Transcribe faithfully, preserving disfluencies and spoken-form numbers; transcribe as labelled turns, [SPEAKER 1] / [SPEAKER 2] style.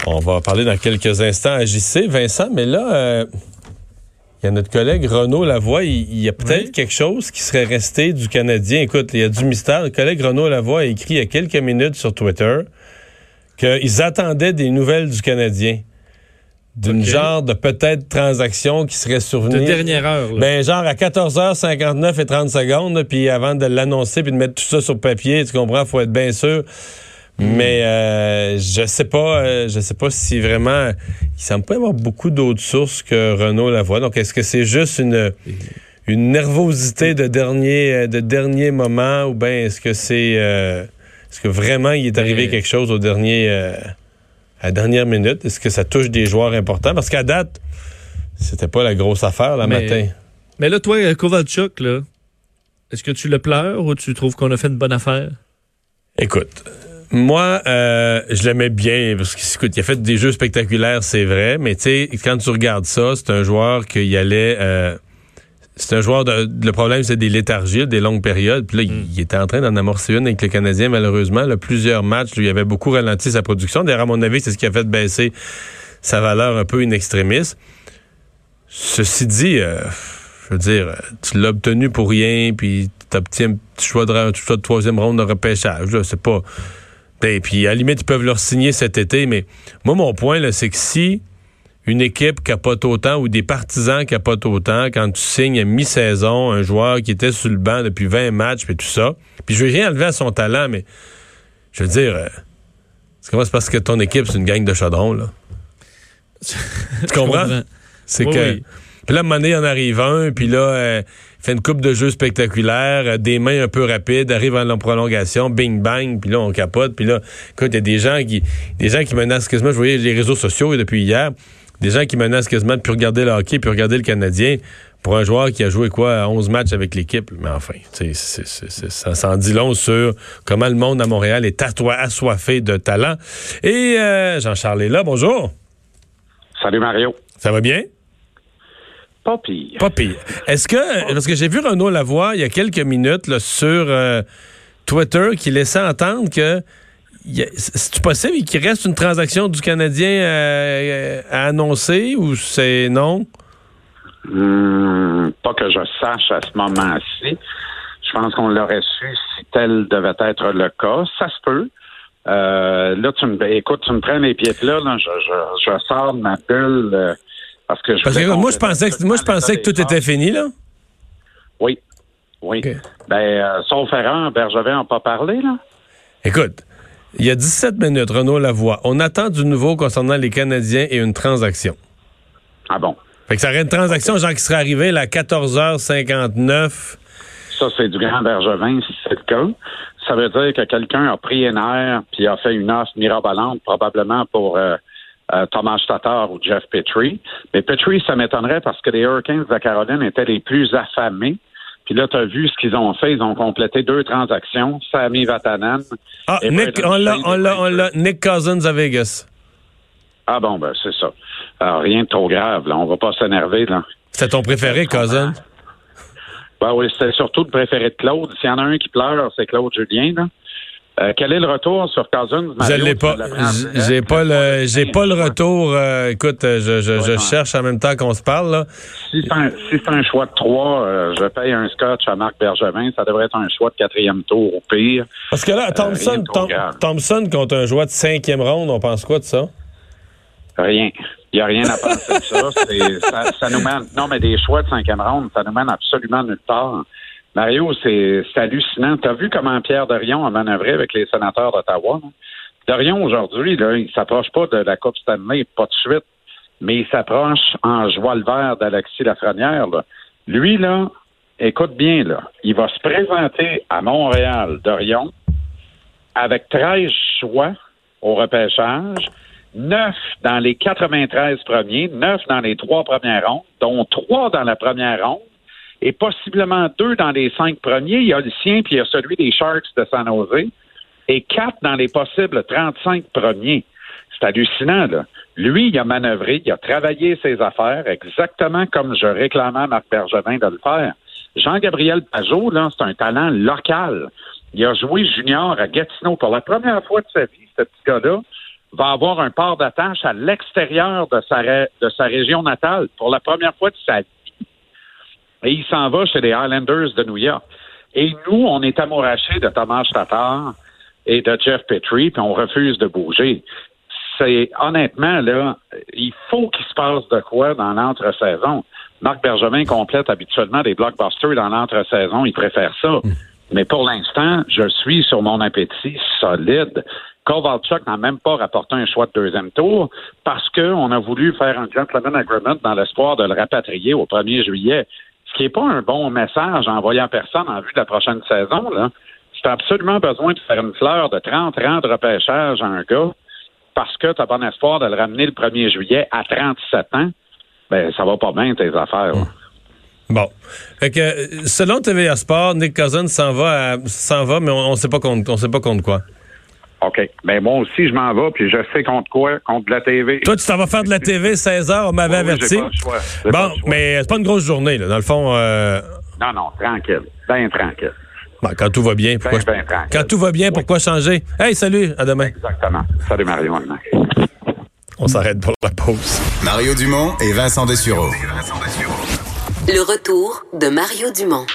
[SPEAKER 1] On va parler dans quelques instants à J C, Vincent, mais là, euh, il y a notre collègue Renaud Lavoie, il, il y a peut-être oui. quelque chose qui serait resté du Canadien. Écoute, il y a du mystère. Le collègue Renaud Lavoie a écrit il y a quelques minutes sur Twitter qu'ils attendaient des nouvelles du Canadien. D'une okay. genre de peut-être transaction qui serait survenue.
[SPEAKER 2] De dernière heure. Là.
[SPEAKER 1] Ben, genre à quatorze heures cinquante-neuf et trente secondes, puis avant de l'annoncer puis de mettre tout ça sur papier, tu comprends, faut être bien sûr. Mm. Mais euh, je sais pas, euh, je sais pas si vraiment, il semble pas y avoir beaucoup d'autres sources que Renaud Lavoie. Donc, est-ce que c'est juste une une nervosité de dernier de dernier moment, ou bien est-ce que c'est, euh, est-ce que vraiment il est arrivé Mais... quelque chose au dernier euh, à la dernière minute? Est-ce que ça touche des joueurs importants? Parce qu'à date, c'était pas la grosse affaire, le matin.
[SPEAKER 2] Mais là, toi, Kovalchuk, là, est-ce que tu le pleures ou tu trouves qu'on a fait une bonne affaire?
[SPEAKER 1] Écoute, moi, euh, je l'aimais bien, parce qu'il a fait des jeux spectaculaires, c'est vrai, mais tu sais, quand tu regardes ça, c'est un joueur qui allait... Euh, c'est un joueur de... Le problème, c'est des léthargies, des longues périodes. Puis là, mm. il, il était en train d'en amorcer une avec le Canadien, malheureusement. Là, plusieurs matchs, lui, il avait beaucoup ralenti sa production. D'ailleurs, à mon avis, c'est ce qui a fait baisser sa valeur un peu in extremis. Ceci dit, euh, je veux dire, tu l'as obtenu pour rien, puis tu obtiens un petit choix de, choix de troisième ronde de repêchage. Là, c'est pas... Et puis, à la limite, ils peuvent leur signer cet été, mais moi, mon point, là, c'est que si une équipe capote autant ou des partisans capotent autant quand tu signes à mi-saison un joueur qui était sur le banc depuis vingt matchs et tout ça. Puis je veux rien enlever à son talent, mais je veux dire, euh, c'est comment c'est parce que ton équipe, c'est une gang de chaudrons, là. Tu comprends? comprends? C'est oui, que... Oui. Puis là, à un moment donné, il en arrive un, puis là, euh, il fait une coupe de jeux spectaculaire, euh, des mains un peu rapides, arrive en prolongation, bing bang, puis là, on capote. Puis là, écoute, il y a des gens qui des gens qui menacent quasiment, je voyais les réseaux sociaux depuis hier, des gens qui menacent quasiment de plus regarder le hockey, puis regarder le Canadien pour un joueur qui a joué, quoi, onze matchs avec l'équipe. Mais enfin, tu sais, c'est, c'est, c'est, ça s'en dit long sur comment le monde à Montréal est assoiffé de talent. Et euh, Jean-Charles est là, bonjour.
[SPEAKER 3] Salut Mario.
[SPEAKER 1] Ça va bien?
[SPEAKER 3] Pas pire.
[SPEAKER 1] Pas pire. Est-ce que, parce que j'ai vu Renaud Lavoie il y a quelques minutes là, sur euh, Twitter qui laissait entendre que c'est possible qu'il reste une transaction du Canadien euh, à annoncer ou c'est non?
[SPEAKER 3] Hum, pas que je sache à ce moment-ci. Je pense qu'on l'aurait su si tel devait être le cas. Ça se peut. Euh, là, tu me, écoute, tu me prends les pieds là, là je, je, je sors de ma bulle euh, parce que je
[SPEAKER 1] Parce que moi, je pensais que, moi, je pensais que tout était fini, là.
[SPEAKER 3] Oui. Oui. Okay. Ben, euh, sauf erreur, Bergevin n'a pas parlé, là.
[SPEAKER 1] Écoute. Il y a dix-sept minutes, Renaud Lavoie. On attend du nouveau concernant les Canadiens et une transaction.
[SPEAKER 3] Ah bon?
[SPEAKER 1] Fait que ça aurait une transaction, okay. genre, qui serait arrivée là, à quatorze heures cinquante-neuf.
[SPEAKER 3] Ça, c'est du grand Bergevin, si c'est le cas. Ça veut dire que quelqu'un a pris un air puis a fait une offre mirabolante, probablement pour euh, euh, Thomas Tatar ou Jeff Petrie. Mais Petrie, ça m'étonnerait parce que les Hurricanes de la Caroline étaient les plus affamés. Puis là, tu as vu ce qu'ils ont fait. Ils ont complété deux transactions. Sami Vatanen.
[SPEAKER 1] Ah, Nick, on l'a, on l'a, on l'a. Nick Cousins à Vegas.
[SPEAKER 3] Ah bon, ben c'est ça. Alors, rien de trop grave, là. On va pas s'énerver, là.
[SPEAKER 1] C'était ton préféré, Cousins?
[SPEAKER 3] Ben oui, c'était surtout le préféré de Claude. S'il y en a un qui pleure, c'est Claude Julien, là. Euh, quel est le retour sur Cousins?
[SPEAKER 1] Je l'ai pas. J'ai pas le, j'ai pas le retour. Euh, écoute, je, je, je cherche en même temps qu'on se parle, là.
[SPEAKER 3] Si c'est un, si c'est un choix de trois, euh, je paye un scotch à Marc Bergevin. Ça devrait être un choix de quatrième tour au pire.
[SPEAKER 1] Parce que là, Thompson, euh, Tom, Thompson contre un joueur de cinquième ronde, on pense quoi de ça?
[SPEAKER 3] Rien. Il n'y a rien à penser de ça. C'est, ça. Ça nous mène. Non, mais des choix de cinquième ronde, ça nous mène absolument nulle part. Mario, c'est, c'est hallucinant. Tu as vu comment Pierre Dorion a manœuvré avec les sénateurs d'Ottawa? Là? Dorion, aujourd'hui, là, il s'approche pas de la Coupe Stanley, pas de suite, mais il s'approche en joie le vert d'Alexis Lafrenière. Là. Lui, là, écoute bien, là, il va se présenter à Montréal, Dorion, avec treize choix au repêchage, neuf dans les quatre-vingt-treize premiers, neuf dans les trois premières rondes, dont trois dans la première ronde, et possiblement deux dans les cinq premiers. Il y a le sien, puis il y a celui des Sharks de San Jose, et quatre dans les possibles trente-cinq premiers. C'est hallucinant, là. Lui, il a manœuvré, il a travaillé ses affaires exactement comme je réclamais à Marc Bergevin de le faire. Jean-Gabriel Pajot, là, c'est un talent local. Il a joué junior à Gatineau pour la première fois de sa vie, ce petit gars-là va avoir un port d'attache à l'extérieur de sa, ré- de sa région natale pour la première fois de sa vie. Et il s'en va chez les Islanders de New York. Et nous, on est amourachés de Thomas Tatar et de Jeff Petrie, puis on refuse de bouger. C'est honnêtement, là, il faut qu'il se passe de quoi dans l'entre-saison. Marc Bergevin complète habituellement des blockbusters dans l'entre-saison, il préfère ça. Mm. Mais pour l'instant, je suis sur mon appétit solide. Kovalchuk n'a même pas rapporté un choix de deuxième tour parce qu'on a voulu faire un gentleman agreement dans l'espoir de le rapatrier au premier juillet. Ce qui n'est pas un bon message envoyé à personne en vue de la prochaine saison, là. Tu as absolument besoin de faire une fleur de trente rangs de repêchage à un gars parce que tu as bon espoir de le ramener le premier juillet à trente-sept ans. Ben, ça va pas bien, tes affaires. Là.
[SPEAKER 1] Bon. Fait que, selon T V A Sport, Nick Cousins s'en va, à, s'en va, mais on ne sait pas contre, on sait pas contre quoi.
[SPEAKER 3] OK. Ben, moi aussi, je m'en vais, puis je sais contre quoi? Contre de la T V.
[SPEAKER 1] Toi, tu t'en vas faire de la T V seize heures, on m'avait
[SPEAKER 3] oui,
[SPEAKER 1] averti.
[SPEAKER 3] J'ai pas le choix. J'ai
[SPEAKER 1] bon,
[SPEAKER 3] pas le choix.
[SPEAKER 1] Mais c'est pas une grosse journée, là. Dans le fond. Euh...
[SPEAKER 3] Non, non, tranquille. Ben tranquille.
[SPEAKER 1] Bon, quand tout va bien, pourquoi
[SPEAKER 3] ben, ben,
[SPEAKER 1] je... Quand tout va bien, oui. Pourquoi changer? Hey, salut, à demain.
[SPEAKER 3] Exactement. Salut Mario.
[SPEAKER 1] On s'arrête pour la pause.
[SPEAKER 4] Mario Dumont et Vincent Dessureau.
[SPEAKER 5] Le retour de Mario Dumont.